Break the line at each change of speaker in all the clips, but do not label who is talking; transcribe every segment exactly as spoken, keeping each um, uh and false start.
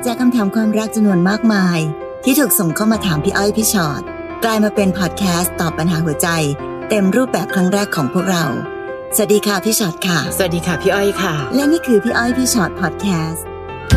จากคำถามความรักจำนวนมากมายที่ถูกส่งเข้ามาถามพี่อ้อยพี่ชอตกลายมาเป็นพอดแคสต์ตอบปัญหาหัวใจเต็มรูปแบบครั้งแรกของพวกเราสวัสดีค่ะพี่ชอตค่ะ
สวัสดีค่ะพี่อ้อยค่ะ
และนี่คือพี่อ้อยพี่ชอตพอดแคสต์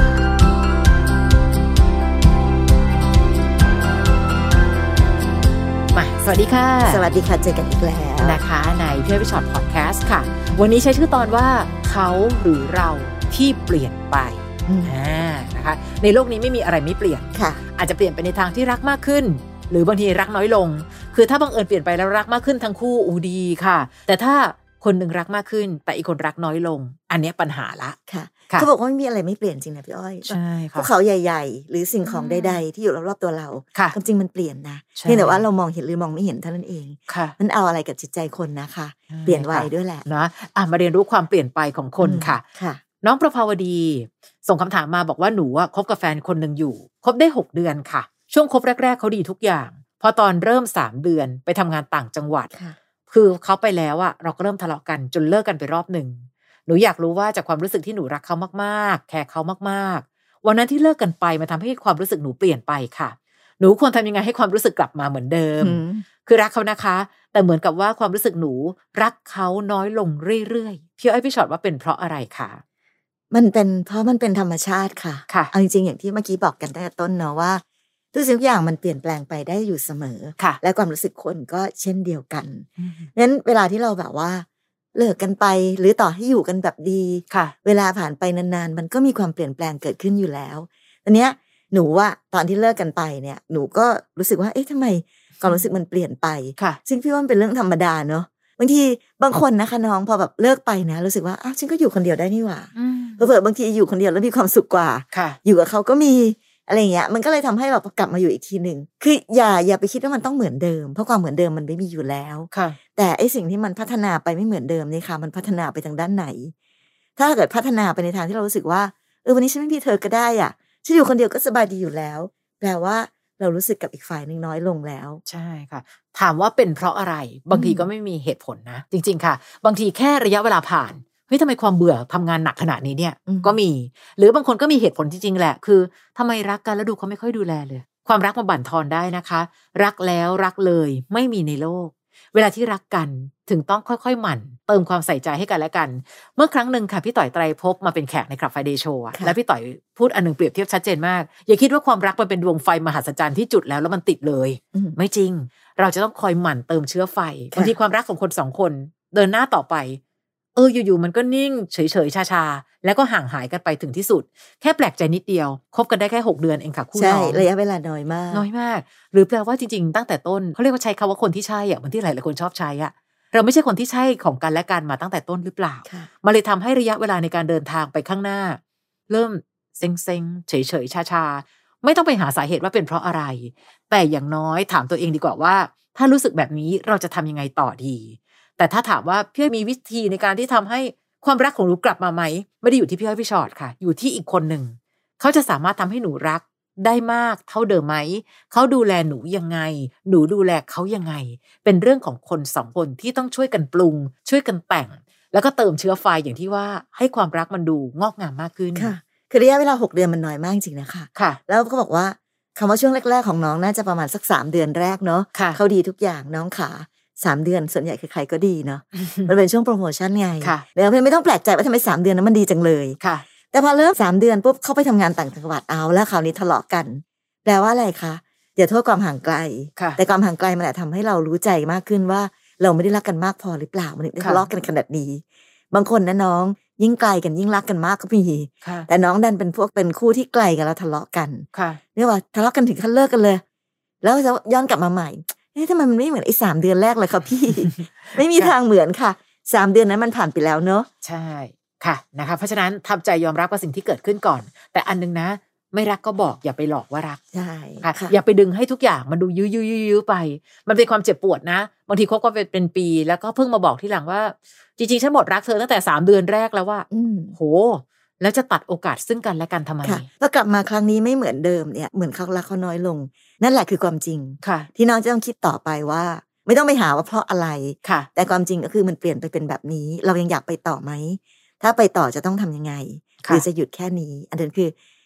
มาสวัสดีค่ะ
สวัสดีค่ะเจอกันอีกแล้ว
นะคะในพี่อ้อยพี่ชอตพอดแคสต์ค่ะวันนี้ใช้ชื่อตอนว่าเขาหรือเราที่เปลี่ยนไปอ่านะคะในโลกนี้ไม่มีอะไรไม่เปลี่ยน
ค่ะ
อาจจะเปลี่ยนไปในทางที่รักมากขึ้นหรือบางทีรักน้อยลงคือถ้าบังเอิญเปลี่ยนไปแล้วรักมากขึ้นทั้งคู่อูดีค่ะแต่ถ้าคนหนึ่งรักมากขึ้นแต่อีกคนรักน้อยลงอันนี้ปัญหาละ
ค่ะเขาบอกว่าไม่มีอะไรไม่เปลี่ยนจริงนะพี่อ้อย
ใช่ค่ะ
ภูเขาใหญ่ๆหรือสิ่งของใดๆที่อยู่รอบๆตัวเราความจริงมันเปลี่ยนนะเพียงแต่ว่าเรามองเห็นหรือมองไม่เห็นเท่านั้นเองมันเอาอะไรกับจิตใจคนนะคะเปลี่ยนไวด้วยแหละ
นะอ่ะมาเรียนรู้ความเปลี่ยนไปของคนค่ะน้องประภาวดีส่งคำถามมาบอกว่าหนูคบกับแฟนคนหนึ่งอยู่คบได้หกเดือนค่ะช่วงคบแรกๆเขาดีทุกอย่างพอตอนเริ่มสามเดือนไปทำงานต่างจังหวัดคือเขาไปแล้วอะเราก็เริ่มทะเลาะกันจนเลิกกันไปรอบหนึ่งหนูอยากรู้ว่าจากความรู้สึกที่หนูรักเขามากๆแคร์เขามากๆวันนั้นที่เลิกกันไปมันทำให้ความรู้สึกหนูเปลี่ยนไปค่ะหนูควรทำยังไงให้ความรู้สึกกลับมาเหมือนเดิมคือรักเขานะคะแต่เหมือนกับว่าความรู้สึกหนูรักเขาน้อยลงเรื่อยๆพี่อ้อยพี่ชอตว่าเป็นเพราะอะไรคะ
มันเป็นเพราะมันเป็นธรรมชาติค่ะ
ค่ะ
เอาจริงๆอย่างที่เมื่อกี้บอกกันตั้งแต่ต้นเนาะว่าทุกสิ่งทุกอย่างมันเปลี่ยนแปลงไปได้อยู่เสมอและความรู้สึกคนก็เช่นเดียวกันงั้นเวลาที่เราแบบว่าเลิกกันไปหรือต่อให้อยู่กันแบบดีเวลาผ่านไปนานๆมันก็มีความเปลี่ยนแปลงเกิดขึ้นอยู่แล้วอันเนี้ยหนูว่าตอนที่เลิกกันไปเนี่ยหนูก็รู้สึกว่าเอ๊ะทำไมความรู้สึกมันเปลี่ยนไปซึ่งพี่ว่ามันเป็นเรื่องธรรมดาเนาะบางทีบางคนนะคะน้องพอแบบเลิกไปนะรู้สึกว่าอ้าวฉันก็อยู่คนเดียวได้นี่หว่าเผลอๆบางทีอยู่คนเดียวแล้วมีความสุขกว่าอยู่กับเขาก็มีอะไรอย่างเงี้ยมันก็เลยทำให้เรากลับมาอยู่อีกทีหนึ่งคืออย่าอย่าไปคิดว่ามันต้องเหมือนเดิมเพราะความเหมือนเดิมมันไม่มีอยู่แล้วแต่ไอ้สิ่งที่มันพัฒนาไปไม่เหมือนเดิมนี่ค่ะมันพัฒนาไปทางด้านไหนถ้าเกิดพัฒนาไปในทางที่เรารู้สึกว่าเออวันนี้ฉันไม่มีเธอก็ได้อ่ะฉันอยู่คนเดียวก็สบายดีอยู่แล้วแปลว่าเรารู้สึกกับอีกฝ่ายนึงน้อยลงแล้ว
ใช่ค่ะถามว่าเป็นเพราะอะไรบางทีก็ไม่มีเหตุผลนะจริงๆค่ะบางทีแค่ระยะเวลาผ่านเฮ้ยทำไมความเบื่อทำงานหนักขนาดนี้เนี่ยก็มีหรือบางคนก็มีเหตุผลจริงๆแหละคือทำไมรักกันแล้วดูเขาไม่ค่อยดูแลเลยความรักมาบั่นทอนได้นะคะรักแล้วรักเลยไม่มีในโลกเวลาที่รักกันถึงต้องค่อยๆหมั่นเติมความใส่ใจให้กันและกันเมื่อครั้งหนึ่งค่ะพี่ต่อยไตรภพมาเป็นแขกในคลับ Friday Show แล้วพี่ต่อยพูดอันนึงเปรียบเทียบชัดเจนมากอย่าคิดว่าความรักมันเป็นดวงไฟมหัศจรรย์ที่จุดแล้วแล้วมันติดเลยไม่จริงเราจะต้องคอยหมั่นเติมเชื้อไฟบางทีความรักของคนสองคนเดินหน้าต่อไปเอออยู่ๆมันก็นิ่งเฉยๆชาๆแล้วก็ห่างหายกันไปถึงที่สุดแค่แปลกใจนิดเดียวคบกันได้แค่หกเดือนเองค่ะคู่น้อง
ใช่ระยะเวลาน้อยมาก
น้อยมากหรือแปลว่าจริงๆตั้งแต่ต้นเขาเรียกว่าใช้คำว่าคนที่ใช่อ่ะเหมือนที่หลายๆคนชอบใช้อ่ะเราไม่ใช่คนที่ใช่ของกันและกันมาตั้งแต่ต้นหรือเปล่ามันเลยทำให้ระยะเวลาในการเดินทางไปข้างหน้าเริ่มเซ็งๆเฉยๆชาๆไม่ต้องไปหาสาเหตุว่าเป็นเพราะอะไรแต่อย่างน้อยถามตัวเองดีกว่าว่าถ้ารู้สึกแบบนี้เราจะทำยังไงต่อดีแต่ถ้าถามว่าพี่มีวิธีในการที่ทำให้ความรักของหนูกลับมาไหมไม่ได้อยู่ที่พี่อ้อยพี่ชอตค่ะอยู่ที่อีกคนหนึ่งเขาจะสามารถทำให้หนูรักได้มากเท่าเดิมไหมเขาดูแลหนูยังไงหนูดูแลเขายังไงเป็นเรื่องของคนสองคนที่ต้องช่วยกันปรุงช่วยกันแต่งแล้วก็เติมเชื้อไฟอย่างที่ว่าให้ความรักมันดูงอกงามมากขึ้น
ค่ะคือระยะเวลาหกเดือนมันน้อยมากจริงนะคะ
ค่ะ
แล้วก็บอกว่าคำว่าช่วงแรกๆของน้องน่าจะประมาณสักสามเดือนแรกเนาะเขาดีทุกอย่างน้องขาสามเดือนส่วนใหญ่คือใครก็ดีเนาะมันเป็นช่วงโปรโมชั่นไงแล้วไม่ต้องแปลกใจว่าทำไมสามเดือนนั้นมันดีจังเลยแต่พอเริ่มสามเดือนปุ๊บเข้าไปทำงานต่างจังหวัดเอาแล้วคราวนี้ทะเลาะกันแปลว่าอะไรคะอย่าโทษความห่างไกลแต่ความห่างไกลมันแหละทำให้เรารู้ใจมากขึ้นว่าเราไม่ได้รักกันมากพอหรือเปล่ามันถึงทะเลาะกันขนาดนี้บางคนนะน้องยิ่งไกลกันยิ่งรักกันมากก็มีแต่น้องดันเป็นพวกเป็นคู่ที่ไกลกันแล้วทะเลาะกันเรียกว่าทะเลาะกันถึงขั้นเลิกกันเลยแล้วจะย้อนกลับมาใหม่เอ๊ะทำไมมันไม่เหมือนไอ้สามเดือนแรกเลยคะพี่ ไม่มีทางเหมือนค่ะสามเดือนนั้นมันผ่านไปแล้วเนอะ
ใช่ค่ะนะคะเพราะฉะนั้นทำใจยอมรับกับสิ่งที่เกิดขึ้นก่อนแต่อันนึงนะไม่รักก็บอกอย่าไปหลอกว่ารัก
ใช่
ค่ะอย่าไปดึงให้ทุกอย่างมันดูยื้อยื้อยื้อไปมันเป็นความเจ็บปวดนะบางทีคบกันเป็นปีแล้วก็เพิ่งมาบอกที่หลังว่าจริงๆฉันหมดรักเธอตั้งแต่สามเดือนแรกแล้วว่าโหแล้วจะตัดโอกาสซึ่งกันและกันทำไม
พอกลับมาครั้งนี้ไม่เหมือนเดิมเนี่ยเหมือนเขารักเขาน้อยลงนั่นแหละคือความจริงที่น้องจะต้องคิดต่อไปว่าไม่ต้องไปหาว่าเพราะอะไรแต่ความจริงก็คือมันเปลี่ยนไปเป็นแบบนี้เรายังอยากไปต่อไหมถ้าไปต่อจะต้องทำยังไงหรือจะหยุดแค่นี้อันนั้นคือ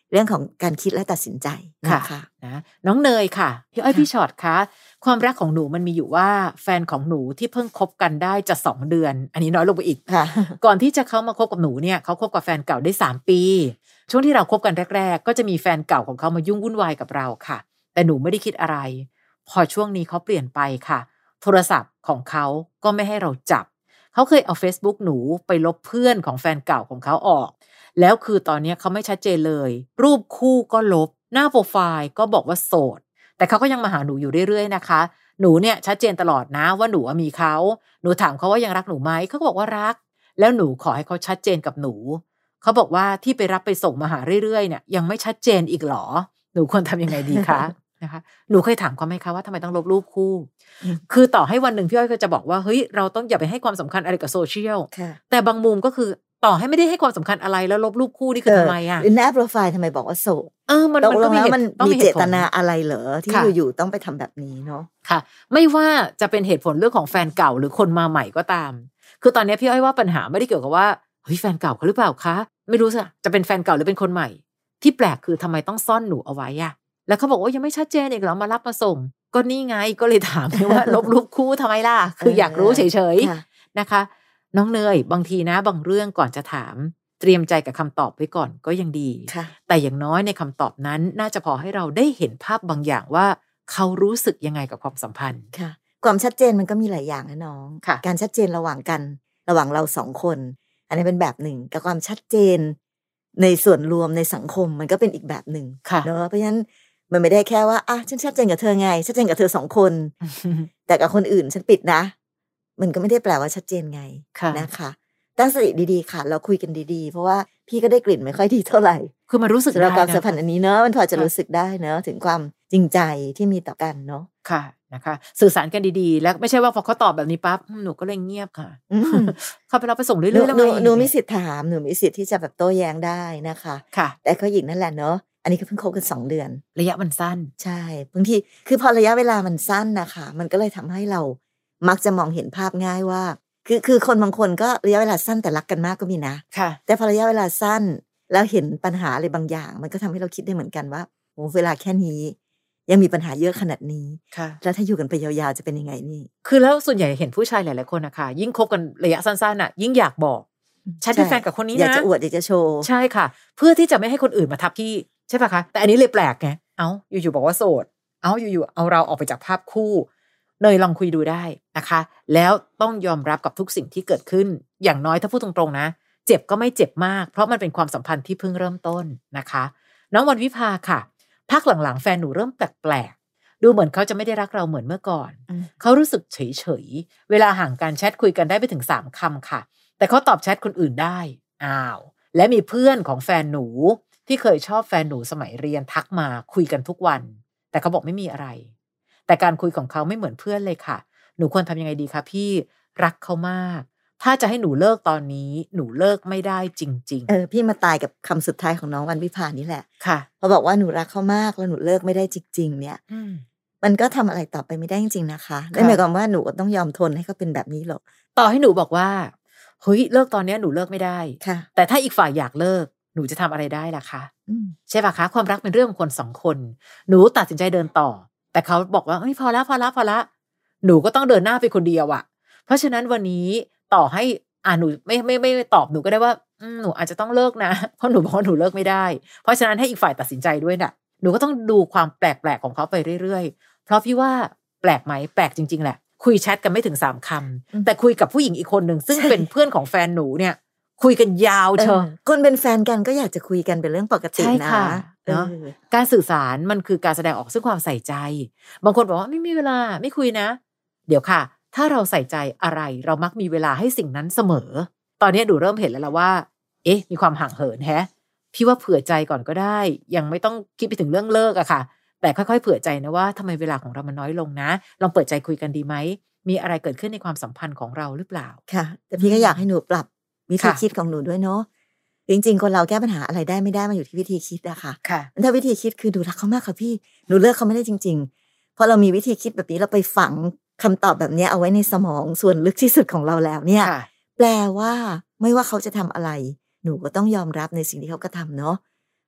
เรื่องของการคิดและตัดสินใจนะคะ
นะน้องเนยค่ะพี่อ้อยพี่ชอตคะความรักของหนูมันมีอยู่ว่าแฟนของหนูที่เพิ่งคบกันได้จะสองเดือนอันนี้น้อยลงไปอีกก่อนที่จะเขามาคบกับหนูเนี่ยเขาคบกับแฟนเก่าได้สามปีช่วงที่เราคบกันแรกๆก็จะมีแฟนเก่าของเขามายุ่งวุ่นวายกับเราค่ะแต่หนูไม่ได้คิดอะไรพอช่วงนี้เขาเปลี่ยนไปค่ะโทรศัพท์ของเขาก็ไม่ให้เราจับเขาเคยเอา Facebook หนูไปลบเพื่อนของแฟนเก่าของเขาออกแล้วคือตอนนี้เขาไม่ชัดเจนเลยรูปคู่ก็ลบหน้าโปรไฟล์ก็บอกว่าโสดแต่เขาก็ยังมาหาหนูอยู่เรื่อยๆนะคะหนูเนี่ยชัดเจนตลอดนะว่าหนูมีเขาหนูถามเขาว่ายังรักหนูไหมเขาก็บอกว่ารักแล้วหนูขอให้เขาชัดเจนกับหนูเขาบอกว่าที่ไปรับไปส่งมาหาเรื่อยๆเนี่ยยังไม่ชัดเจนอีกหรอหนูควรทำยังไงดีคะนะคะหนูเคยถามเขาไหมคะว่าทำไมต้องลบรูปคู่คือต่อให้วันหนึ่งพี่อ้อยก็จะบอกว่าเฮ้ยเราต้องอย่าไปให้ความสำคัญอะไรกับโซเชียลแต่บางมุมก็คือต่อให้ไม่ได้ให้ความสำคัญอะไรแล้วลบรูปคู่นี่คือทำไมอ่ะ
หรือหน้าโปรไฟล์ทำไมบอกว่าโสด
เออมัน
มันก็มีมันมีเจตนาอะไรเหรอที่อยู่ๆต้องไปทำแบบนี้เนาะ
ค่ะไม่ว่าจะเป็นเหตุผลเรื่องของแฟนเก่าหรือคนมาใหม่ก็ตามคือตอนนี้พี่อ้อยว่าปัญหาไม่ได้เกี่ยวกับว่าเฮ้ยแฟนเก่าเขาหรือเปล่าคะไม่รู้สิจะเป็นแฟนเก่าหรือเป็นคนใหม่ที่แปลกคือทำไมต้องซ่อนหนูเอาไว้อะแล้วเขาบอกว่ายังไม่ชัดเจนอีกเหรอมารับมาส่งก็นี่ไงก็เลยถามว่าลบรูปคู่ทำไมล่ะคืออยากรู้เฉยๆนะคะน้องเนยบางทีนะบางเรื่องก่อนจะถามเตรียมใจกับคำตอบไว้ก่อนก็ยังดีแต่อย่างน้อยในคำตอบนั้นน่าจะพอให้เราได้เห็นภาพบางอย่างว่าเขารู้สึกยังไงกับความสัมพันธ์
ค่ะความชัดเจนมันก็มีหลายอย่างนะน้องการชัดเจนระหว่างกันระหว่างเราสองคนอันนี้เป็นแบบหนึ่งกับความชัดเจนในส่วนรวมในสังคมมันก็เป็นอีกแบบหนึ่งเนาะเพราะฉะนั้นมันไม่ได้แค่ว่าอ่ะฉันชัดเจนกับเธอไงชัดเจนกับเธอสองคนแต่กับคนอื่นฉันปิดนะมันก็ไม่ได้แปลว่าชัดเจนไงนะคะตั้งสติดีๆค่ะเราคุยกันดีๆเพราะว่าพี่ก็ได้กลิ่นไม่ค่อยดีเท่าไหร่
คือมันรู้สึก
ได้ความสัมพันธ์อันนี้เนอะมันพอจะรู้สึกได้เนอะถึงความจริงใจที่มีต่อกันเนาะ
ค่ะนะคะสื่อสารกันดีๆแล้วไม่ใช่ว่าพอเขาตอบแบบนี้ปั๊บหนูก็เลยเงียบค่ะเขาไปเราไปส่งเรื่อยๆแล้วไง
หนูมีสิทธิ์ถามหนูมีสิทธิ์ที่จะแบบโต้แย้งได้นะคะ
ค่ะ
แต่เขาหญิงนั่นแหละเนาะอันนี้ก็เพิ่งคบกันสองเดือน
ระยะมันสั้น
ใช่บางทีคือพอระยะเวลามันสั้นนะคะมันก็เลยทำให้เรามักจะมองเห็นภาพง่ายว่าคือคือคนบางคนก็ระยะเวลาสั้นแต่รักกันมากก็มีนะ
ค่ะ
แต่พอระยะเวลาสั้นแล้วเห็นปัญหาอะไรบางอย่างมันก็ทำให้เราคิดได้เหมือนกันว่าโอ้เวลาแค่นี้ยังมีปัญหาเยอะขนาดนี้แล้วถ้าอยู่กันไปยาวๆจะเป็นยังไงนี่
คือแล้วส่วนใหญ่เห็นผู้ชายหลายๆคนนะคะยิ่งคบกันระยะสั้นๆน่ะยิ่งอยากบอกฉันเป็นแฟนกับคนนี้นะ
อยากจะอวดอยากจะโชว์
ใช่ค่ะเพื่อที่จะไม่ให้คนอื่นมาทับที่ใช่ป่ะคะแต่อันนี้เลยแปลกไงเอ้าอยู่ๆบอกว่าโสดเอ้าอยู่ๆเอาเราออกไปจากภาพคู่เนยลองคุยดูได้นะคะแล้วต้องยอมรับกับทุกสิ่งที่เกิดขึ้นอย่างน้อยถ้าพูดตรงๆนะเจ็บก็ไม่เจ็บมากเพราะมันเป็นความสัมพันธ์ที่เพิ่งเริ่มต้นนะคะน้องวันวิภาค่ะพักหลังๆแฟนหนูเริ่มแปลกๆดูเหมือนเขาจะไม่ได้รักเราเหมือนเมื่อก่อนเขารู้สึกเฉยๆเวลาห่างกันแชทคุยกันได้ไปถึงสามคำค่ะแต่เขาตอบแชทคนอื่นได้อ้าวและมีเพื่อนของแฟนหนูที่เคยชอบแฟนหนูสมัยเรียนทักมาคุยกันทุกวันแต่เขาบอกไม่มีอะไรแต่การคุยของเขาไม่เหมือนเพื่อนเลยค่ะหนูควรทำยังไงดีคะพี่รักเขามากถ้าจะให้หนูเลิกตอนนี้หนูเลิกไม่ได้จริงๆ
เออพี่มาตายกับคำสุดท้ายของน้องวันวิภานี่แหละ
ค่ะ
พอบอกว่าหนูรักเขามากแล้วหนูเลิกไม่ได้จริงๆเนี่ยมันก็ทำอะไรต่อไปไม่ได้จริงๆนะคะนั่นหมายความว่าหนูต้องยอมทนให้เขาเป็นแบบนี้หรอก
ต่อให้หนูบอกว่าเฮ้ยเลิกตอนนี้หนูเลิกไม่ได้แต่ถ้าอีกฝ่ายอยากเลิกหนูจะทำอะไรได้ล่ะคะใช่ป่ะคะความรักเป็นเรื่องของคนสองคนหนูตัดสินใจเดินต่อแต่เขาบอกว่าเฮ้ยพอแล้วพอแล้วพอละหนูก็ต้องเดินหน้าไปคนเดียวอะเพราะฉะนั้นวันนี้ต่อให้อ่าหนูไม่ไม่ไม่ตอบหนูก็ได้ว่าหนูอาจจะต้องเลิกนะเพราะหนูบอกว่าหนูเลิกไม่ได้เพราะฉะนั้นให้อีกฝ่ายตัดสินใจด้วยน่ะหนูก็ต้องดูความแปลกๆของเขาไปเรื่อยๆเพราะพี่ว่าแปลกไหมแปลกจริงๆแหละคุยแชทกันไม่ถึงสามคำแต่คุยกับผู้หญิงอีกคนหนึ่งซึ่งเป็นเพื่อนของแฟนหนูเนี่ยคุยกันยาวเชียว
คนเป็นแฟนกันก็อยากจะคุยกันเป็นเรื่องปกตินะ
เนาะการสื่อสารมันคือการแสดงออกซึ่งความใส่ใจบางคนบอกว่าไม่มีเวลาไม่คุยนะเดี๋ยวค่ะถ้าเราใส่ใจอะไรเรามักมีเวลาให้สิ่งนั้นเสมอตอนนี้ดูเริ่มเห็นแล้วล่ะว่าเอ๊ะมีความห่างเหินแฮะพี่ว่าเผื่อใจก่อนก็ได้ยังไม่ต้องคิดไปถึงเรื่องเลิกอะค่ะแต่ค่อยๆเผื่อใจนะว่าทำไมเวลาของเรามันน้อยลงนะลองเปิดใจคุยกันดีไหมมีอะไรเกิดขึ้นในความสัมพันธ์ของเราหรือเปล่า
ค่ะแต่พี่ก็อยากให้หนูปรับวิธีคิดของหนูด้วยเนาะจริงๆคนเราแก้ปัญหาอะไรได้ไม่ได้มาอยู่ที่วิธีคิดอะค่ะถ้าวิธีคิดคือดูรักเขามากค่ะพี่หนูเลิกเขาไม่ได้จริงๆพอเรามีวิธีคิดแบบนี้เราไปฝังคำตอบแบบนี้เอาไว้ในสมองส่วนลึกที่สุดของเราแล้วเนี่ยแปลว่าไม่ว่าเขาจะทำอะไรหนูก็ต้องยอมรับในสิ่งที่เขากระทำเนาะ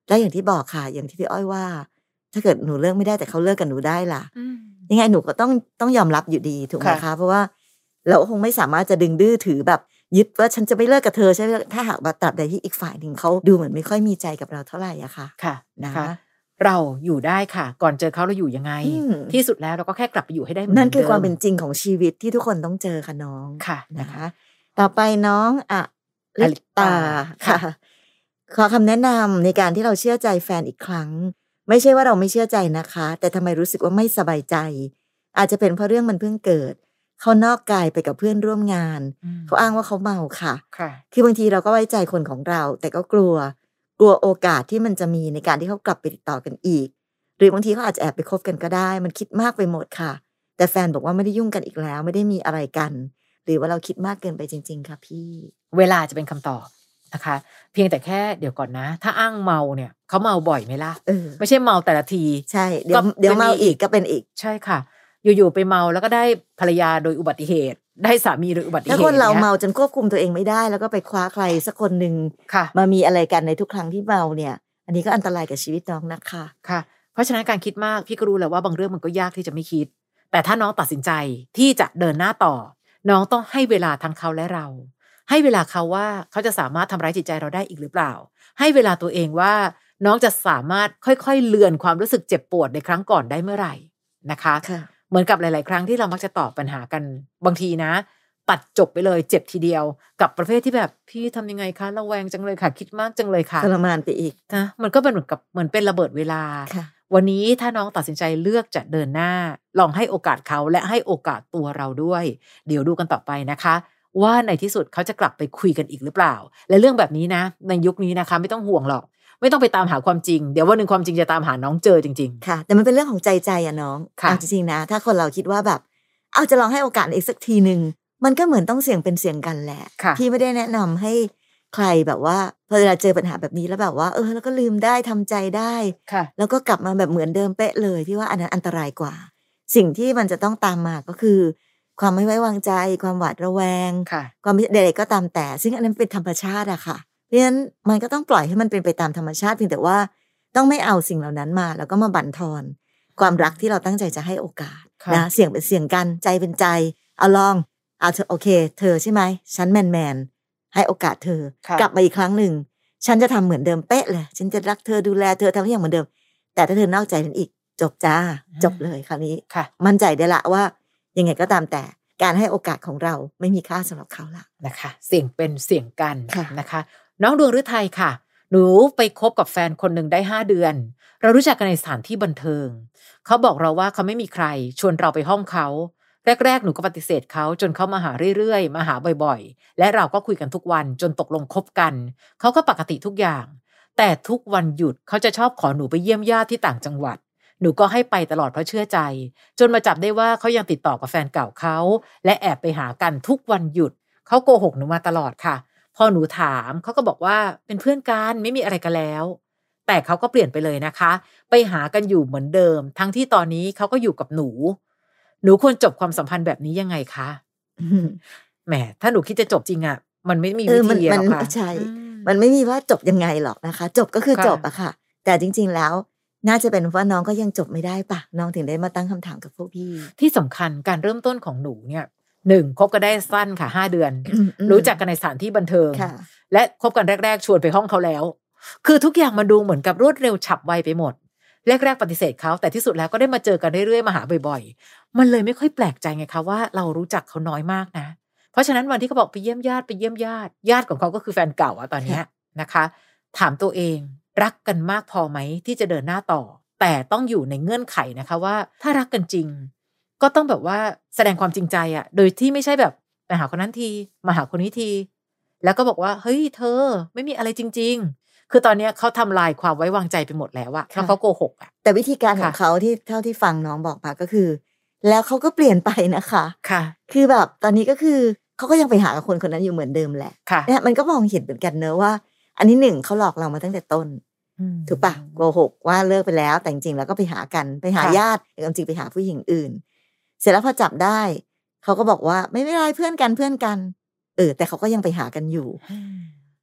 แล้วอย่างที่บอกค่ะอย่างที่พี่อ้อยว่าถ้าเกิดหนูเลิกไม่ได้แต่เขาเลิกกับหนูได้ล่ะยังไงหนูก็ต้องต้องยอมรับอยู่ดีถูกไหมคะเพราะว่าเราคงไม่สามารถจะดึงดื้อถือแบบยึดว่าฉันจะไม่เลิกกับเธอใช่ไหมถ้าหากว่าตราบใดที่อีกฝ่ายหนึ่งเขาดูเหมือนไม่ค่อยมีใจกับเราเท่าไหร่อะค่ะ
ค่ะนะคะเราอยู่ได้ค่ะก่อนเจอเขาเราอยู่ยังไงที่สุดแล้วเราก็แค่กลับไปอยู่ให้ได้เหมือนเดิม
นั่นคือความเป็นจริงของชีวิตที่ทุกคนต้องเจอค่ะน้อง
ค่ะ
นะคะต่อไปน้องอะลิตาค่ะขอคำแนะนำในการที่เราเชื่อใจแฟนอีกครั้งไม่ใช่ว่าเราไม่เชื่อใจนะคะแต่ทำไมรู้สึกว่าไม่สบายใจอาจจะเป็นเพราะเรื่องมันเพิ่งเกิดเขานอกกายไปกับเพื่อนร่วมงานเขาอ้างว่าเขาเมาค่ะคือบางทีเราก็ไว้ใจคนของเราแต่ก็กลัวกลัวโอกาสที่มันจะมีในการที่เขากลับไปติดต่อกันอีกหรือบางทีเขาอาจจะแอบไปคบกันก็ได้มันคิดมากไปหมดค่ะแต่แฟนบอกว่าไม่ได้ยุ่งกันอีกแล้วไม่ได้มีอะไรกันหรือว่าเราคิดมากเกินไปจริงๆค่ะพี่
เวลาจะเป็นคำตอบนะคะเพียงแต่แค่เดี๋ยวก่อนนะถ้าอ้างเมาเนี่ยเขาเมาบ่อยไหมล่ะไม่ใช่เมาแต่ละที
ใช่เดี๋ยวเดี๋ยวเมาอีกก็เป็นอีก
ใช่ค่ะอยู่ๆไปเมาแล้วก็ได้ภรรยาโดยอุบัติเหตุได้สามีโดยอุบัติเหตุ
ถ้าคนเราเมาจนควบคุมตัวเองไม่ได้แล้วก็ไปคว้าใครสักคนหนึ่งมามีอะไรกันในทุกครั้งที่เมาเนี่ยอันนี้ก็อันตรายกับชีวิตน้องนะคะ
ค่ะเพราะฉะนั้นการคิดมากพี่ก็รู้แล้วว่าบางเรื่องมันก็ยากที่จะไม่คิดแต่ถ้าน้องตัดสินใจที่จะเดินหน้าต่อน้องต้องให้เวลาทั้งเขาและเราให้เวลาเขาว่าเขาจะสามารถทำร้ายจิตใจเราได้อีกหรือเปล่าให้เวลาตัวเองว่าน้องจะสามารถค่อยๆเลือนความรู้สึกเจ็บปวดในครั้งก่อนได้เมื่อไหร่นะคะเหมือนกับหลายๆครั้งที่เรามักจะตอบปัญหากันบางทีนะตัดจบไปเลยเจ็บทีเดียวกับประเภทที่แบบพี่ทำยังไงคะระแวงจังเลยค่ะคิดมากจังเลยค่ะ
ทรมานไปอีก
นะมันก็เป็นเหมือนกับเหมือนเป็นระเบิดเวลาวันนี้ถ้าน้องตัดสินใจเลือกจะเดินหน้าลองให้โอกาสเขาและให้โอกาสตัวเราด้วยเดี๋ยวดูกันต่อไปนะคะว่าในที่สุดเขาจะกลับไปคุยกันอีกหรือเปล่าและเรื่องแบบนี้นะในยุคนี้นะคะไม่ต้องห่วงหรอกไม่ต้องไปตามหาความจริงเดี๋ยววันหนึ่งความจริงจะตามหาน้องเจอจริง
ๆค่ะแต่มันเป็นเรื่องของใจใจอะน้องเอาจริงๆนะถ้าคนเราคิดว่าแบบเอาจะลองให้โอกาสอีกสักทีนึงมันก็เหมือนต้องเสี่ยงเป็นเสี่ยงกันแหละพี่ไม่ได้แนะนำให้ใครแบบว่าพอเวลาเจอปัญหาแบบนี้แล้วแบบว่าเออแล้วก็ลืมได้ทำใจได้แล้วก็กลับมาแบบเหมือนเดิมเป๊ะเลยพี่ว่าอันนั้นอันตรายกว่าสิ่งที่มันจะต้องตามมาก็คือความไม่ไว้วางใจความหวาดระแวงความใดๆก็ตามแต่ซึ่งอันนั้นเป็นธรรมชาติอะค่ะเพราะฉะนั้นมันก็ต้องปล่อยให้มันเป็นไปตามธรรมชาติเพียงแต่ว่าต้องไม่เอาสิ่งเหล่านั้นมาแล้วก็มาบั่นทอนความรักที่เราตั้งใจจะให้โอกาสนะเสี่ยงเป็นเสี่ยงกันใจเป็นใจเอาลองเอาเธอโอเคเธอใช่ไหมฉันแมนแมนให้โอกาสเธอกลับมาอีกครั้งหนึ่งฉันจะทำเหมือนเดิมเป๊ะเลยฉันจะรักเธอดูแลเธอทำทุกอย่างเหมือนเดิมแต่ถ้าเธอนอกใจฉันอีกจบจ้าจบเลยคราวนี้มั่นใจได้ละว่ายังไงก็ตามแต่การให้โอกาสของเราไม่มีค่าสำหรับเขาละ
นะคะเสี่ยงเป็นเสี่ยงกันนะคะน้องดวงฤทัยค่ะหนูไปคบกับแฟนคนหนึ่งได้ห้าเดือนเรารู้จักกันในสถานที่บันเทิงเขาบอกเราว่าเขาไม่มีใครชวนเราไปห้องเขาแรกๆหนูก็ปฏิเสธเขาจนเขามาหาเรื่อยๆมาหาบ่อยๆและเราก็คุยกันทุกวันจนตกลงคบกันเขาก็ปกติทุกอย่างแต่ทุกวันหยุดเขาจะชอบขอหนูไปเยี่ยมญาติที่ต่างจังหวัดหนูก็ให้ไปตลอดเพราะเชื่อใจจนมาจับได้ว่าเขายังติดต่อกับแฟนเก่าเขาและแอบไปหากันทุกวันหยุดเขาโกหกหนูมาตลอดค่ะพอหนูถามเขาก็บอกว่าเป็นเพื่อนกันไม่มีอะไรกันแล้วแต่เขาก็เปลี่ยนไปเลยนะคะไปหากันอยู่เหมือนเดิมทั้งที่ตอนนี้เขาก็อยู่กับหนูหนูควรจบความสัมพันธ์แบบนี้ยังไงคะแหมถ้าหนูคิดจะจบจริงอ่ะมันไม่มีวิธีหรอกค่ะ
ใช่มันไม่มีว่าจบยังไงหรอกนะคะจบก็คือจบอะค่ะแต่จริงๆแล้วน่าจะเป็นว่าน้องก็ยังจบไม่ได้ปะน้องถึงได้มาตั้งคำถามกับพวกพี่
ที่สำคัญการเริ่มต้นของหนูเนี่ยหนึ่งคบกันได้สั้นค่ะห้าเดือนรู้จักกันในสถานที่บันเทิงและคบกันแรกๆชวนไปห้องเขาแล้วคือทุกอย่างมันดูเหมือนกับรวดเร็วฉับไวไปหมดแรกๆปฏิเสธเขาแต่ที่สุดแล้วก็ได้มาเจอกันเรื่อยๆมาหาบ่อยๆมันเลยไม่ค่อยแปลกใจไงคะว่าเรารู้จักเขาน้อยมากนะเพราะฉะนั้นวันที่เขาบอกไปเยี่ยมญาติไปเยี่ยมญาติญาติของเขาก็คือแฟนเก่าอะตอนนี้นะคะถามตัวเองรักกันมากพอไหมที่จะเดินหน้าต่อแต่ต้องอยู่ในเงื่อนไขนะคะว่าถ้ารักกันจริงก็ต้องแบบว่าแสดงความจริงใจอะโดยที่ไม่ใช่แบบไปหาคนนั้นทีมาหาคนนี้ทีแล้วก็บอกว่าเฮ้ยเธอไม่มีอะไรจริงๆคือตอนนี้เขาทำลายความไว้วางใจไปหมดแล้วอะเพราะเขาโกหกอะ
แต่วิธีการของเขาที่เท่าที่ฟังน้องบอกมาก็คือแล้วเขาก็เปลี่ยนไปนะคะ
ค่ะ
คือแบบตอนนี้ก็คือเขาก็ยังไปหากับคนคนนั้นอยู่เหมือนเดิมแหละเนี่ยมันก็มองเห็นเหมือนกันเนอะว่าอันนี้หนึ่งเขาหลอกเรามาตั้งแต่ต้นถูกปะโกหกว่าเลิกไปแล้วแต่จริงๆแล้วก็ไปหากันไปหาญาติแต่จริงๆไปหาผู้หญิงอื่นเสร็จแล้วพอจับได้เขาก็บอกว่าไม่เป็นไรเพื่อนกันเพื่อนกันเออแต่เขาก็ยังไปหากันอยู่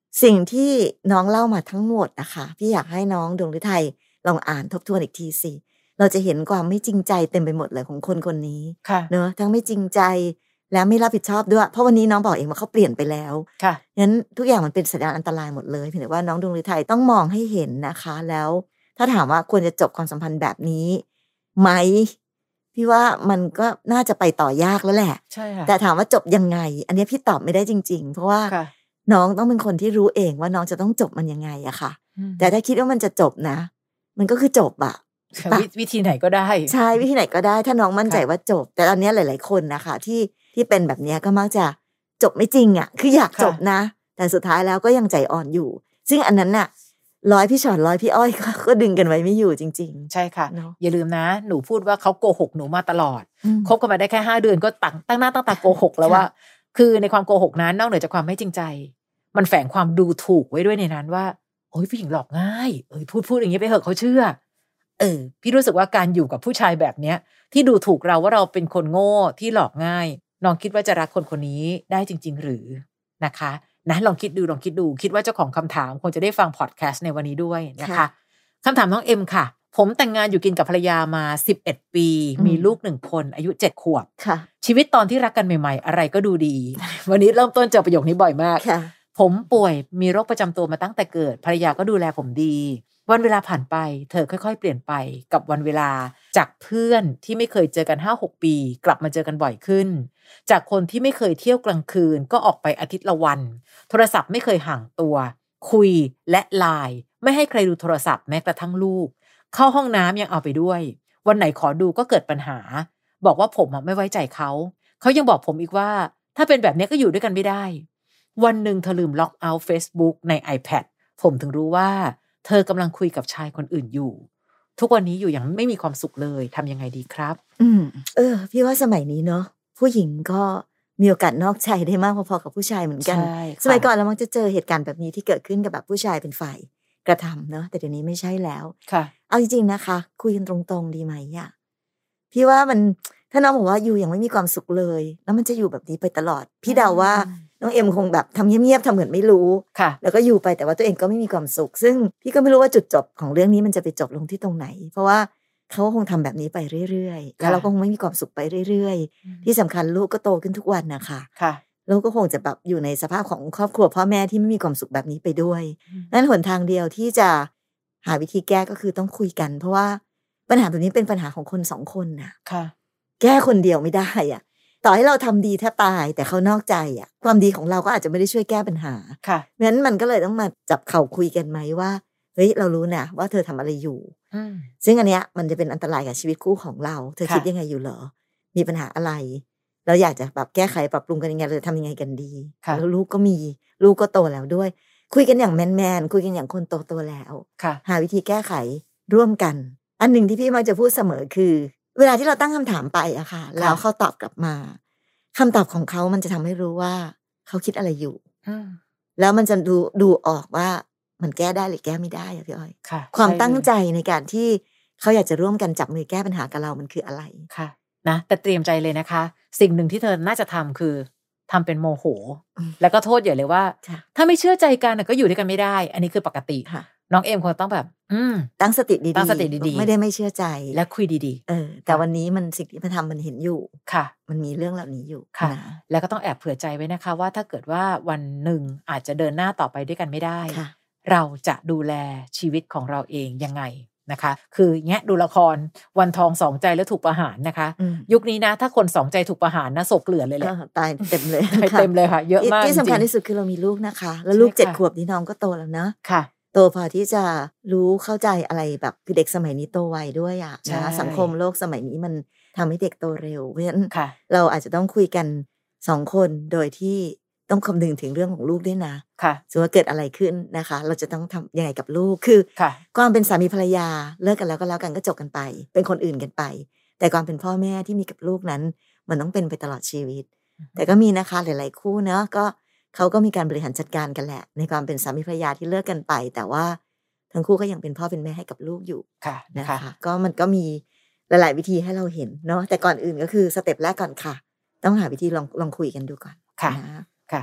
สิ่งที่น้องเล่ามาทั้งหมดนะคะพี่อยากให้น้องดวงฤทัยลองอ่านทบทวนอีกทีสิเราจะเห็นความไม่จริงใจเต็มไปหมดเลยของคนคนนี้เนอะทั้งไม่จริงใจและไม่รับผิดชอบด้วยเพราะวันนี้น้องบอกเองว่าเขาเปลี่ยนไปแล้วค่ะงั้นทุกอย่างมันเป็นสัญญาณอันตรายหมดเลยเพียงแต่ว่าน้องดวงฤทัยต้องมองให้เห็นนะคะแล้วถ้าถามว่าควรจะจบความสัมพันธ์แบบนี้ไหมพี่ว่ามันก็น่าจะไปต่อยากแล้วแหละใช่ค่ะแต่ถามว่าจบยังไงอันนี้พี่ตอบไม่ได้จริงๆเพราะว่าน้องต้องเป็นคนที่รู้เองว่าน้องจะต้องจบมันยังไงอะค่ะแต่ถ้าคิดว่ามันจะจบนะมันก็คือจบอะ
วิธีไหนก็ได้
ใช่วิธีไหนก็ได้ถ้าน้องมั่นใจว่าจบแต่ตอนนี้หลายๆคนนะคะที่ที่เป็นแบบนี้ก็มักจะจบไม่จริงอะคืออยากจบนะแต่สุดท้ายแล้วก็ยังใจอ่อนอยู่ซึ่งอันนั้นน่ะร้อยพี่ชอดร้อยพี่อ้อยก็ดึงกันไว้ไม่อยู่จริงๆ
ใช่ค่ะอย่าลืมนะหนูพูดว่าเขาโกหกหนูมาตลอดคบกันมาได้แค่ห้าเดือนก็ตั้งตั้งหน้าตั้งตาโกหกแล้วว่าคือในความโกหกนั้นนอกเหนือจากความไม่จริงใจมันแฝงความดูถูกไว้ด้วยในนั้นว่าโอ้ยผู้หญิงหลอกง่ายเอ้ยพูดพูดอย่างนี้ไปเหอะเขาเชื่อเออพี่รู้สึกว่าการอยู่กับผู้ชายแบบเนี้ยที่ดูถูกเราว่าเราเป็นคนโง่ที่หลอกง่ายน้องคิดว่าจะรักคนคนนี้ได้จริงๆหรือนะคะนะลองคิดดูลองคิดดูคิดว่าเจ้าของคำถามคงจะได้ฟังพอดแคสต์ในวันนี้ด้วยนะคะคำถามน้องเอ็มค่ะผมแต่งงานอยู่กินกับภรรยามาสิบเอ็ดปีมีลูกหนึ่งคนอายุเจ็ดขวบชีวิตตอนที่รักกันใหม่ๆอะไรก็ดูดี วันนี้เริ่มต้นเจอประโยคนี้บ่อยมากผมป่วยมีโรคประจำตัวมาตั้งแต่เกิดภรรยาก็ดูแลผมดีวันเวลาผ่านไปเธอค่อยๆเปลี่ยนไปกับวันเวลาจากเพื่อนที่ไม่เคยเจอกัน ห้าหก ปีกลับมาเจอกันบ่อยขึ้นจากคนที่ไม่เคยเที่ยวกลางคืนก็ออกไปอาทิตย์ละวันโทรศัพท์ไม่เคยห่างตัวคุยและไลน์ไม่ให้ใครดูโทรศัพท์แม้กระทั่งลูกเข้าห้องน้ำยังเอาไปด้วยวันไหนขอดูก็เกิดปัญหาบอกว่าผมไม่ไว้ใจเขาเขายังบอกผมอีกว่าถ้าเป็นแบบนี้ก็อยู่ด้วยกันไม่ได้วันหนึ่งเธอลืมล็อกเอาท์ Facebook ใน iPad ผมถึงรู้ว่าเธอกำลังคุยกับชายคนอื่นอยู่ทุกวันนี้อยู่อย่างไม่มีความสุขเลยทำยังไงดีครับ
อืมเออพี่ว่าสมัยนี้เนาะผู้หญิงก็มีโอกาสนอกใจได้มากพอๆกับผู้ชายเหมือนกันสมัยก่อนเรามักจะเจอเหตุการณ์แบบนี้ที่เกิดขึ้นกับแบบผู้ชายเป็นฝ่ายกระทำเนาะแต่เดี๋ยวนี้ไม่ใช่แล้วค่ะเอาจริงๆนะคะคุยกันตรงๆดีไหมอะพี่ว่ามันถ้าน้องบอกว่าอยู่ยังไม่มีความสุขเลยแล้วมันจะอยู่แบบนี้ไปตลอดพี่เดาว่าน้องเอ็มคงแบบทำเงียบๆทำเหมือนไม่รู้แล้วก็อยู่ไปแต่ว่าตัวเองก็ไม่มีความสุขซึ่งพี่ก็ไม่รู้ว่าจุดจบของเรื่องนี้มันจะไปจบลงที่ตรงไหนเพราะว่าเขาคงทำแบบนี้ไปเรื่อยๆแล้วเราก็คงไม่มีความสุขไปเรื่อยๆที่สำคัญลูกก็โตขึ้นทุกวันนะคะลูกก็คงจะแบบอยู่ในสภาพของครอบครัวพ่อแม่ที่ไม่มีความสุขแบบนี้ไปด้วยนั่นหนทางเดียวที่จะหาวิธีแก้ก็คือต้องคุยกันเพราะว่าปัญหาแบบนี้เป็นปัญหาของคนสองคนน่ะแก้คนเดียวไม่ได้อ่ะต่อให้เราทำดีแทบตายแต่เขานอกใจอ่ะความดีของเราก็อาจจะไม่ได้ช่วยแก้ปัญหาค่ะเพราะฉะนั้นมันก็เลยต้องมาจับเข่าคุยกันไหมว่าเฮ้ยเรารู้นะว่าเธอทำอะไรอยู่ซึ่งอันเนี้ยมันจะเป็นอันตรายกับชีวิตคู่ของเราเธอคิดยังไงอยู่เหรอมีปัญหาอะไรเราอยากจะแบบแก้ไขปรับปรุงกันยังไงเราทำยังไงกันดีแล้วลูกก็มีลูกก็โตแล้วด้วยคุยกันอย่างแมนๆคุยกันอย่างคนโตโตแล้วหาวิธีแก้ไขร่วมกันอันหนึ่งที่พี่มักจะพูดเสมอคือเวลาที่เราตั้งคำถามไปอะค่ะแล้วเขาตอบกลับมาคำตอบของเขามันจะทำให้รู้ว่าเขาคิดอะไรอยู่แล้วมันจะดูดูออกว่ามันแก้ได้หรือแก้ไม่ได้อะพี่อ้อยความตั้งใจในการที่เขาอยากจะร่วมกันจับมือแก้ปัญหากับเรามันคืออะไร
ค่ะนะแต่เตรียมใจเลยนะคะสิ่งหนึ่งที่เธอน่าจะทำคือทำเป็นโมโหแล้วก็โทษใหญ่เลยว่าถ้าไม่เชื่อใจกันก็อยู่ด้วยกันไม่ได้อันนี้คือปกติน้องเอ็มคงต้องแบบอืม
ตั้งสติดีๆ
ตั้งสติดี
ๆไม่ได้ไม่เชื่อใจ
และคุยดี
ๆเออแต่วันนี้มันสิ่งที่พระธรรมมันเห็นอยู่ค่ะมันมีเรื่องเหล่านี้อยู่
ค่ะแล้วก็ต้องแอบเผื่อใจไว้นะคะว่าถ้าเกิดว่าวันหนึ่งอาจจะเดินหน้าต่อไปด้วยกันไม่ได้เราจะดูแลชีวิตของเราเองยังไงนะคะคือแงะดูละครวันทองสองใจแล้วถูกประหารนะคะยุคนี้นะถ้าคนสองใจถูกประหารนะศพเกลื่อนเลยแหละ
ตายเต็มเลย
ตายเต็มเลยค่ะเยอะมาก
ที่สำคัญที่สุดคือเรามีลูกนะคะแล้วลูกเจ็ดขวบนี่น้องก็โตแล้วนะค่ะโตพอที่จะรู้เข้าใจอะไรแบบคือเด็กสมัยนี้โตไวด้วยอ่ะนะสังคมโลกสมัยนี้มันทำให้เด็กโตเร็วเพราะฉะนั้นเราอาจจะต้องคุยกันสองคนโดยที่ต้องคำนึงถึงเรื่องของลูกด้วยนะค่ะสมมติว่าเกิดอะไรขึ้นนะคะเราจะต้องทำยังไงกับลูกคือความเป็นสามีภรรยาเลิกกันแล้วก็แล้วกันก็จบกันไปเป็นคนอื่นกันไปแต่ความเป็นพ่อแม่ที่มีกับลูกนั้นมันต้องเป็นไปตลอดชีวิตแต่ก็มีนะคะหลายๆคู่เนาะก็เขาก็มีการบริหารจัดการกันแหละในความเป็นสามีภรรยาที่เลิกกันไปแต่ว่าทั้งคู่ก็ยังเป็นพ่อเป็นแม่ให้กับลูกอยู่นะคะก็มันก็มีหลายๆวิธีให้เราเห็นเนาะแต่ก่อนอื่นก็คือสเต็ปแรกก่อนค่ะต้องหาวิธีลองลองคุยกันดูก่อน
ค่ะค่ะ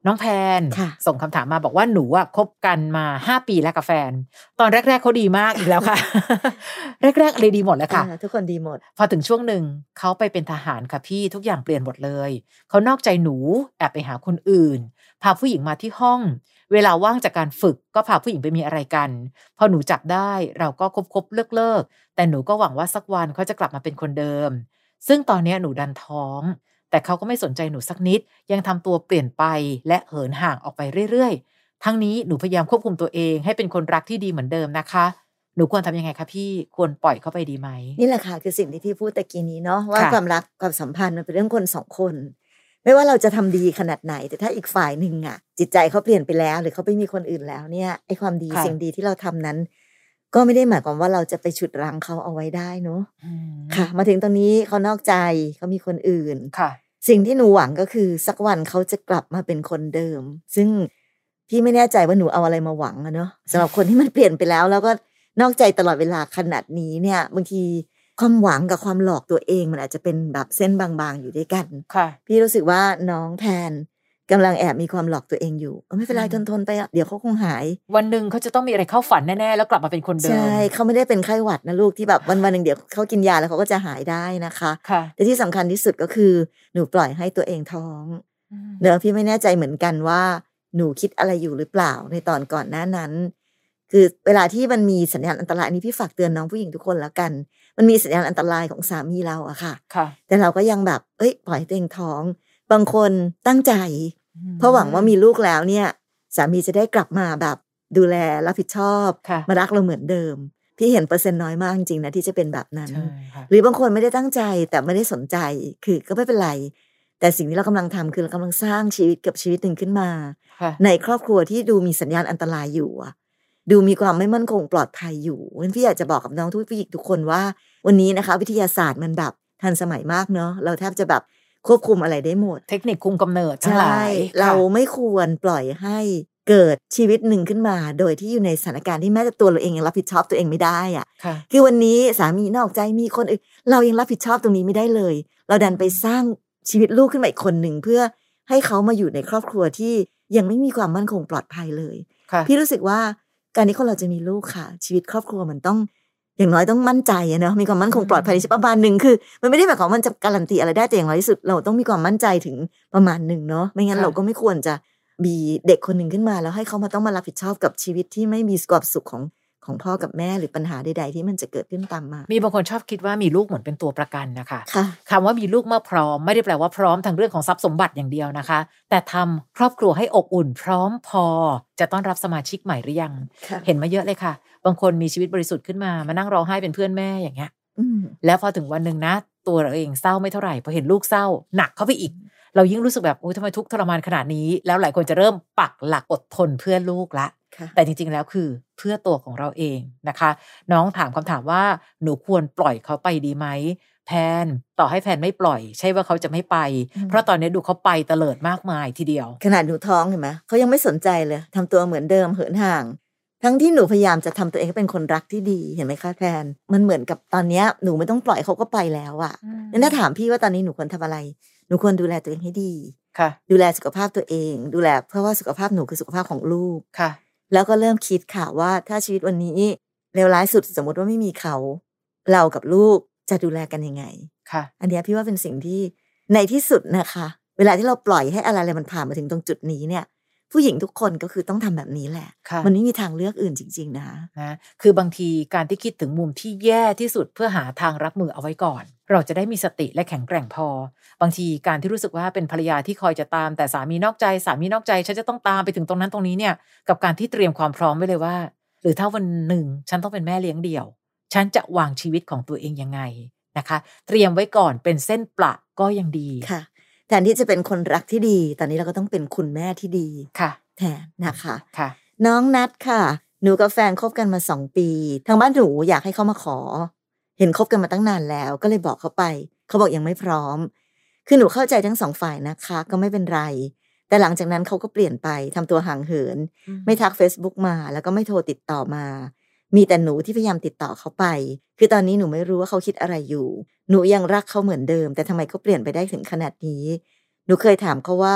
น้องแพนส่งคำถามมาบอกว่าหนูอะคบกันมาห้าปีแล้วกับแฟนตอนแรกๆเขาดีมากอีกแล้วค่ะ แรกๆอะไรดีหมดเลยค่ะ
ทุกคนดีหมด
พอถึงช่วงหนึ่งเขาไปเป็นทหารค่ะพี่ทุกอย่างเปลี่ยนหมดเลยเขานอกใจหนูแอบไปหาคนอื่นพาผู้หญิงมาที่ห้องเวลาว่างจากการฝึกก็พาผู้หญิงไปมีอะไรกันพอหนูจับได้เราก็คบๆเลิกๆแต่หนูก็หวังว่าสักวันเขาจะกลับมาเป็นคนเดิมซึ่งตอนนี้หนูดันท้องแต่เขาก็ไม่สนใจหนูสักนิดยังทำตัวเปลี่ยนไปและเหินห่างออกไปเรื่อยๆทั้งนี้หนูพยายามควบคุมตัวเองให้เป็นคนรักที่ดีเหมือนเดิมนะคะหนูควรทำยังไงคะพี่ควรปล่อยเข้าไปดีไหม
นี่แหละค่ะคือสิ่งที่พี่พูดตะกี้นี้เนาะว่าความรักความสัมพันธ์มันเป็นเรื่องคนสองคนไม่ว่าเราจะทำดีขนาดไหนแต่ถ้าอีกฝ่ายหนึ่งอ่ะจิตใจเขาเปลี่ยนไปแล้วหรือเขาไปมีคนอื่นแล้วเนี่ยไอ้ความดีสิ่งดีที่เราทำนั้นก็ไม่ได้หมายความว่าเราจะไปฉุดรั้งเขาเอาไว้ได้เนาะค่ะมาถึงตรงนี้เขานอกใจเขามีคนอื่น
ค่ะ
สิ่งที่หนูหวังก็คือสักวันเขาจะกลับมาเป็นคนเดิมซึ่งพี่ไม่แน่ใจว่าหนูเอาอะไรมาหวังอะเนาะสำหรับคนที่มันเปลี่ยนไปแล้วแล้วก็นอกใจตลอดเวลาขนาดนี้เนี่ยบางทีความหวังกับความหลอกตัวเองมันอาจจะเป็นแบบเส้นบางๆอยู่ด้วยกัน
ค่ะ
พี่รู้สึกว่าน้องแพนกำลังแอบมีความหลอกตัวเองอยู่ไม่เป็นไรทนๆไปอ่ะเดี๋ยวเขาคงหาย
วันหนึ่งเขาจะต้องมีอะไรเข้าฝันแน่ๆแล้วกลับมาเป็นคนเดิม
ใช่เขาไม่ได้เป็นไข้หวัดนะลูกที่แบบวันวันหนึ่งเดี๋ยวเขากินยาแล้วเขาก็จะหายได้นะคะแต่ที่สำคัญที่สุดก็คือหนูปล่อยให้ตัวเองท้องเดี๋ยวพี่ไม่แน่ใจเหมือนกันว่าหนูคิดอะไรอยู่หรือเปล่าในตอนก่อนหน้านั้นคือเวลาที่มันมีสัญญาณอันตรายนี้พี่ฝากเตือนน้องผู้หญิงทุกคนแล้วกันมันมีสัญญาณอันตรายของสามีเราอะค่ะแต่เราก็ยังแบบเอ้ยปล่อยตัวเองท้องบางคนตั้งใจเพราะหวังว่ามีลูกแล้วเนี่ยสามีจะได้กลับมาแบบดูแลรับผิดชอบมารักเราเหมือนเดิมพี่เห็นเปอร์เซ็นต์น้อยมากจริงๆนะที่จะเป็นแบบนั้นหรือบางคนไม่ได้ตั้งใจแต่ไม่ได้สนใจคือก็ไม่เป็นไรแต่สิ่งที่เรากำลังทำคือเรากำลังสร้างชีวิตกับชีวิตหนึ่งขึ้นมาในครอบครัวที่ดูมีสัญญาณอันตรายอยู่ดูมีความไม่มั่นคงปลอดภัยอยู่งั้นพี่อยากจะบอกกับน้องทุกผู้หญิงทุกคนว่าวันนี้นะคะวิทยาศาสตร์มันแบบทันสมัยมากเนาะเราแทบจะแบบควบคุมอะไรได้หมด
เทคนิคคุมกำเนิดทั้งหลาย
เราไม่ควรปล่อยให้เกิดชีวิตหนึ่งขึ้นมาโดยที่อยู่ในสถานการณ์ที่แม้แต่ตัวเราเองยังรับผิดชอบตัวเองไม่ได้อ่ะคือวันนี้สามีนอกใจมีคนอื่นเรายังรับผิดชอบตรงนี้ไม่ได้เลยเราดันไปสร้างชีวิตลูกขึ้นมาอีกคนหนึ่งเพื่อให้เขามาอยู่ในครอบครัวที่ยังไม่มีความมั่นคงปลอดภัยเลยพี่รู้สึกว่าการที่คนเราจะมีลูกค่ะชีวิตครอบครัวมันต้องอย่างน้อยต้องมั่นใจอะเนาะมีความมั่นคงปลอดภัยในชีวิตประมาณหนึ่งคือมันไม่ได้หมายความว่ามันจะการันตีอะไรได้แต่อย่างน้อยที่สุดเราต้องมีความมั่นใจถึงประมาณหนึ่งเนาะไม่งั้นเราก็ไม่ควรจะมีเด็กคนหนึ่งขึ้นมาแล้วให้เขามาต้องมารับผิดชอบกับชีวิตที่ไม่มีความสุขของของพ่อกับแม่หรือปัญหาใดๆที่มันจะเกิดขึ้นตามมา
มีบางคนชอบคิดว่ามีลูกเหมือนเป็นตัวประกันนะคะคำว่ามีลูกเมื่อพร้อมไม่ได้แปลว่าพร้อมทางเรื่องของทรัพย์สมบัติอย่างเดียวนะคะแต่ทำครอบครัวให้อบอุ่นพร้อมพอจะต้อนรับสมาชิกใหม่หรือยังเห็นมาเยอะเลยค่ะบางคนมีชีวิตบริสุทธิ์ขึ้นมามานั่งร้องไห้เป็นเพื่อนแม่อย่างเงี้ยแล้วพอถึงวันหนึ่งนะตัวเราเองเศร้าไม่เท่าไหร่พอเห็นลูกเศร้าหนักเข้าไปอีกเรายิ่งรู้สึกแบบโอ๊ยทำไมทุกข์ทรมานขนาดนี้แล้วหลายคนจะเริ่มปักหลักอดทนเพื่อลูกละแต่จริงๆแล้วคือเพื่อตัวของเราเองนะคะน้องถามคำถามว่าหนูควรปล่อยเขาไปดีไหมแพนต่อให้แพนไม่ปล่อยใช่ว่าเขาจะไม่ไปเพราะตอนนี้ดูเขาไปเตลิดมากมายทีเดียว
ขนาดหนูท้องเห็นไหมเขายังไม่สนใจเลยทำตัวเหมือนเดิมเหินห่างทั้งที่หนูพยายามจะทำตัวเองให้เป็นคนรักที่ดีเห็นไหมคะแพนมันเหมือนกับตอนนี้หนูไม่ต้องปล่อยเขาก็ไปแล้วอ่ะงั้นถ้าถามพี่ว่าตอนนี้หนูควรทำอะไรหนูควรดูแลตัวเองให้ดีดูแลสุขภาพตัวเองดูแลเพราะว่าสุขภาพหนูคือสุขภาพของลูก
ค่ะ
แล้วก็เริ่มคิดค่ะว่าถ้าชีวิตวันนี้เลวร้ายสุดสมมติว่าไม่มีเขาเรากับลูกจะดูแลกันยังไง
ค่ะ
อันนี้พี่ว่าเป็นสิ่งที่ในที่สุดนะคะเวลาที่เราปล่อยให้อะไรอะไรมันผ่านมาถึงตรงจุดนี้เนี่ยผู้หญิงทุกคนก็คือต้องทำแบบนี้แหละมันไม่มีทางเลือกอื่นจริงๆนะคะ
นะคือบางทีการที่คิดถึงมุมที่แย่ที่สุดเพื่อหาทางรับมือเอาไว้ก่อนเราจะได้มีสติและแข็งแกร่งพอบางทีการที่รู้สึกว่าเป็นภรรยาที่คอยจะตามแต่สามีนอกใจสามีนอกใจฉันจะต้องตามไปถึงตรงนั้นตรงนี้เนี่ยกับการที่เตรียมความพร้อมไว้เลยว่าหรือถ้าวันหนึ่งฉันต้องเป็นแม่เลี้ยงเดี่ยวฉันจะวางชีวิตของตัวเองยังไงนะคะเตรียมไว้ก่อนเป็นเส้นประก็ยังดี
ค่ะแทนที่จะเป็นคนรักที่ดีตอนนี้เราก็ต้องเป็นคุณแม่ที่ดี
ค่ะ
แทนนะคะ
ค่ะ
น้องนัทค่ะหนูกับแฟนคบกันมาสองปีทางบ้านหนูอยากให้เขามาขอเห็นคบกันมาตั้งนานแล้วก็เลยบอกเขาไปเขาบอกยังไม่พร้อมคือหนูเข้าใจทั้งสองฝ่ายนะคะก็ไม่เป็นไรแต่หลังจากนั้นเขาก็เปลี่ยนไปทำตัวห่างเหินไม่ทัก Facebook มาแล้วก็ไม่โทรติดต่อมามีแต่หนูที่พยายามติดต่อเขาไปคือตอนนี้หนูไม่รู้ว่าเขาคิดอะไรอยู่หนูยังรักเขาเหมือนเดิมแต่ทำไมเขาเปลี่ยนไปได้ถึงขนาดนี้หนูเคยถามเขาว่า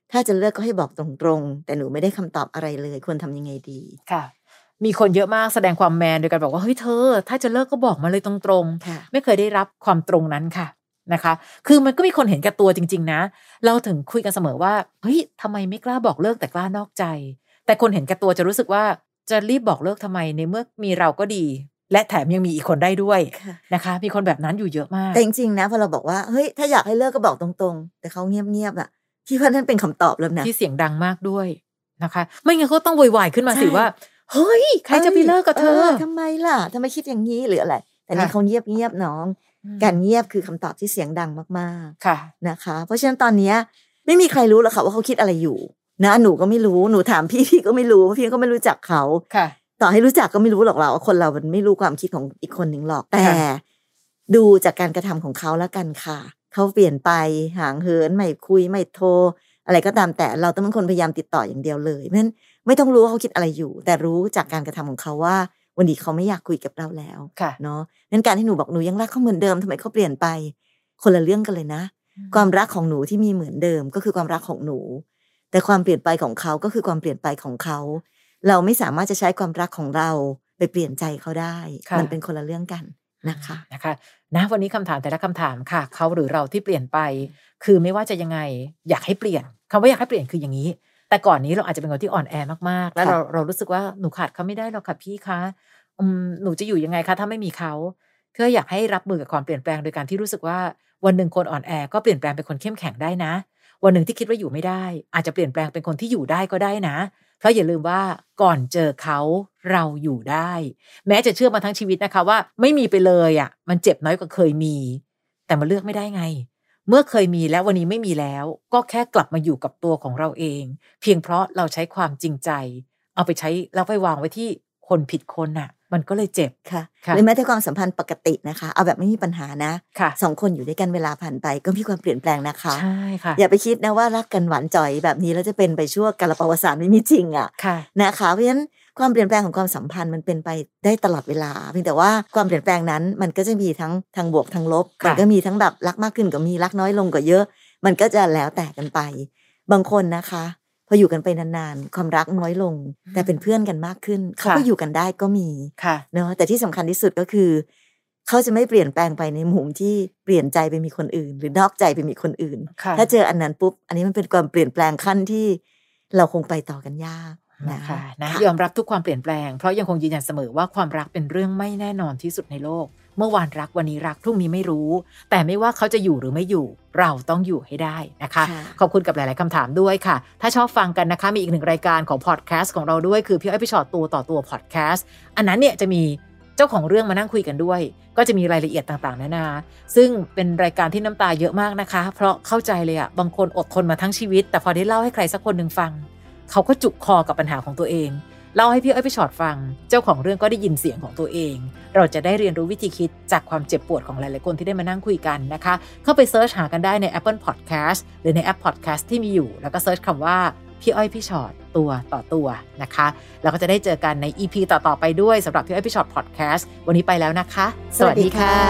ถ้าจะเลิกก็ให้บอกตรงๆแต่หนูไม่ได้คำตอบอะไรเลยควรทำยังไงดี
ค่ะมีคนเยอะมากแสดงความแมนโดยการบอกว่าเฮ้ยเธอถ้าจะเลิกก็บอกมาเลยตรงๆไม่เคยได้รับความตรงนั้นค่ะนะคะคือมันก็มีคนเห็นแก่ตัวจริงๆนะเราถึงคุยกันเสมอว่าเฮ้ยทำไมไม่กล้าบอกเลิกแต่กล้านอกใจแต่คนเห็นแก่ตัวจะรู้สึกว่าจะรีบบอกเลิกทำไมในเมื่อมีเราก็ดีและแถมยังมีอีกคนได้ด้วยนะคะมีคนแบบนั้นอยู่เยอะมาก
แต่จริงๆนะพอเราบอกว่าเฮ้ยถ้าอยากให้เลิกก็บอกตรงๆแต่เขาเงียบๆอ่ะพี่ว่านั่นเป็นคำตอบแล้วนะ
ที่เสียงดังมากด้วยนะคะไม่งั้นเขาต้องโวยวายขึ้นมาสิว่าเฮ้ยใครจะไปเลิกกับเธอ
ทำไมล่ะทำไมคิดอย่างนี้หรืออะไรแต่นี่เขาเงียบๆน้องการเงียบคือคำตอบที่เสียงดังมากๆนะคะเพราะฉะนั้นตอนนี้ไม่มีใครรู้หรอกค่ะว่าเขาคิดอะไรอยู่นะหนูก็ไม่รู้หนูถามพี่พี่ก็ไม่รู้พี่ก็ไม่รู้จักเขาต่อให้รู้จักก็ไม่รู้หรอกเราคนเรามันไม่รู้ความคิดของอีกคนหนึ่งหรอกแต่ดูจากการกระทำของเขาแล้วกันค่ะเขาเปลี่ยนไปห่างเหินไม่คุยไม่โทรอะไรก็ตามแต่เราต้องเป็นคนพยายามติดต่ออย่างเดียวเลยเพราะฉะนั้นไม่ต้องรู้ว่าเขาคิดอะไรอยู่แต่รู้จากการกระทำของเขาว่าวันนี้เขาไม่อยากคุยกับเราแล้วเนาะนั้นการที่หนูบอกหนูยังรักเขาเหมือนเดิมทำไมเขาเปลี่ยนไปคนละเรื่องกันเลยนะความรักของหนูที่มีเหมือนเดิมก็คือความรักของหนูแต่ความเปลี่ยนไปของเขาก็คือความเปลี่ยนไปของเขาเราไม่สามารถจะใช้ความรักของเราไปเปลี่ยนใจเขาได้มันเป็นคนละเรื่องกันนะคะ
นะคะนะวันนี้คำถามแต่ละคำถามค่ะเขาหรือเราที่เปลี่ยนไปคือไม่ว่าจะยังไงอยากให้เปลี่ยนคำว่าอยากให้เปลี่ยนคืออย่างนี้แต่ก่อนนี้เราอาจจะเป็นคนที่อ่อนแอมากๆแล้วเราเรารู้สึกว่าหนูขาดเขาไม่ได้หรอกค่ะพี่คะอืมหนูจะอยู่ยังไงคะถ้าไม่มีเขาเพื่ออยากให้รับมือกับความเปลี่ยนแปลงโดยการที่รู้สึกว่าวันหนึ่งคนอ่อนแอก็เปลี่ยนแปลงเป็นคนเข้มแข็งได้นะวันหนึ่งที่คิดว่าอยู่ไม่ได้อาจจะเปลี่ยนแปลงเป็นคนที่อยู่ได้ก็ได้นะเพราะอย่าลืมว่าก่อนเจอเขาเราอยู่ได้แม้จะเชื่อมาทั้งชีวิตนะคะว่าไม่มีไปเลยอ่ะมันเจ็บน้อยกว่าเคยมีแต่มันเลือกไม่ได้ไงเมื่อเคยมีแล้ววันนี้ไม่มีแล้วก็แค่กลับมาอยู่กับตัวของเราเองเพียงเพราะเราใช้ความจริงใจเอาไปใช้แล้วไปวางไว้ที่คนผิดคนน่ะมันก็เลยเจ็บ
ค่ะหรือแม้แต่ความสัมพันธ์ปกตินะคะเอาแบบไม่มีปัญหานะสองคนอยู่ด้วยกันเวลาผ่านไปก็มีความเปลี่ยนแปลงนะคะ
ใช่ค่ะ
อย่าไปคิดนะว่ารักกันหวานจ่อยแบบนี้แล้วจะเป็นไปชั่วกาลปวสานไม่มีจริงอ่ะนะคะเพราะฉะนั้นความเปลี่ยนแปลงของความสัมพันธ์มันเป็นไปได้ตลอดเวลาเพียงแต่ว่าความเปลี่ยนแปลงนั้นมันก็จะมีทั้งทางบวกทางลบมันก็มีทั้งแบบรักมากขึ้นก็มีรักน้อยลงก็เยอะมันก็จะแล้วแต่กันไปบางคนนะคะพออยู่กันไปนานๆความรักน้อยลงแต่เป็นเพื่อนกันมากขึ้นเขาก็อยู่กันได้ก็มีเนาะแต่ที่สำคัญที่สุดก็คือเขาจะไม่เปลี่ยนแปลงไปในมุมที่เปลี่ยนใจไปมีคนอื่นหรือนอกใจไปมีคนอื่นถ้าเจออันนั้นปุ๊บอันนี้มันเป็นความเปลี่ยนแปลงขั้นที่เราคงไปต่อกันยาก
นะคะนะยอมรับทุกความเปลี่ยนแปลงเพราะยังคงยืนยันเสมอว่าความรักเป็นเรื่องไม่แน่นอนที่สุดในโลกเมื่อวานรักวันนี้รักพรุ่งนี้ไม่รู้แต่ไม่ว่าเขาจะอยู่หรือไม่อยู่เราต้องอยู่ให้ได้นะคะขอบคุณกับหลายๆคำถามด้วยค่ะถ้าชอบฟังกันนะคะมีอีกหนึ่งรายการของพอดแคสต์ของเราด้วยคือพี่อ้อยพี่ชอตตัวต่อตัวพอดแคสต์อันนั้นเนี่ยจะมีเจ้าของเรื่องมานั่งคุยกันด้วยก็จะมีรายละเอียดต่างๆนานาซึ่งเป็นรายการที่น้ำตาเยอะมากนะคะเพราะเข้าใจเลยอะบางคนอดทนมาทั้งชีวิตแต่พอได้เล่าให้ใครสักคนนึงฟังเขาก็จุกคอกับปัญหาของตัวเองเล่าให้พี่อ้อยพี่ชอตฟังเจ้าของเรื่องก็ได้ยินเสียงของตัวเองเราจะได้เรียนรู้วิธีคิดจากความเจ็บปวดของหลายๆคนที่ได้มานั่งคุยกันนะคะเข้าไปเซิร์ชหากันได้ใน Apple Podcast หรือในแอป Podcast ที่มีอยู่แล้วก็เซิร์ชคำว่าพี่อ้อยพี่ชอตตัวต่อตัวนะคะแล้วก็จะได้เจอกันใน อี พี ต่อๆไปด้วยสำหรับพี่อ้อยพี่ชอต Podcast วันนี้ไปแล้วนะคะสวัสดีค่ะ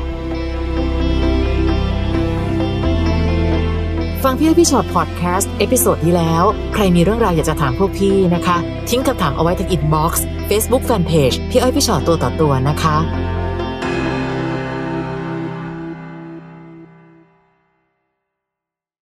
ฟังพี่อ้อยพี่ชอตพอดแคสต์เอพิโซดที่แล้วใครมีเรื่องราวอยากจะถามพวกพี่นะคะทิ้งคำถามเอาไว้ที่อินบ็อกซ์ Facebook Fanpage พี่อ้อยพี่ชอตตัวต่อตัวนะคะ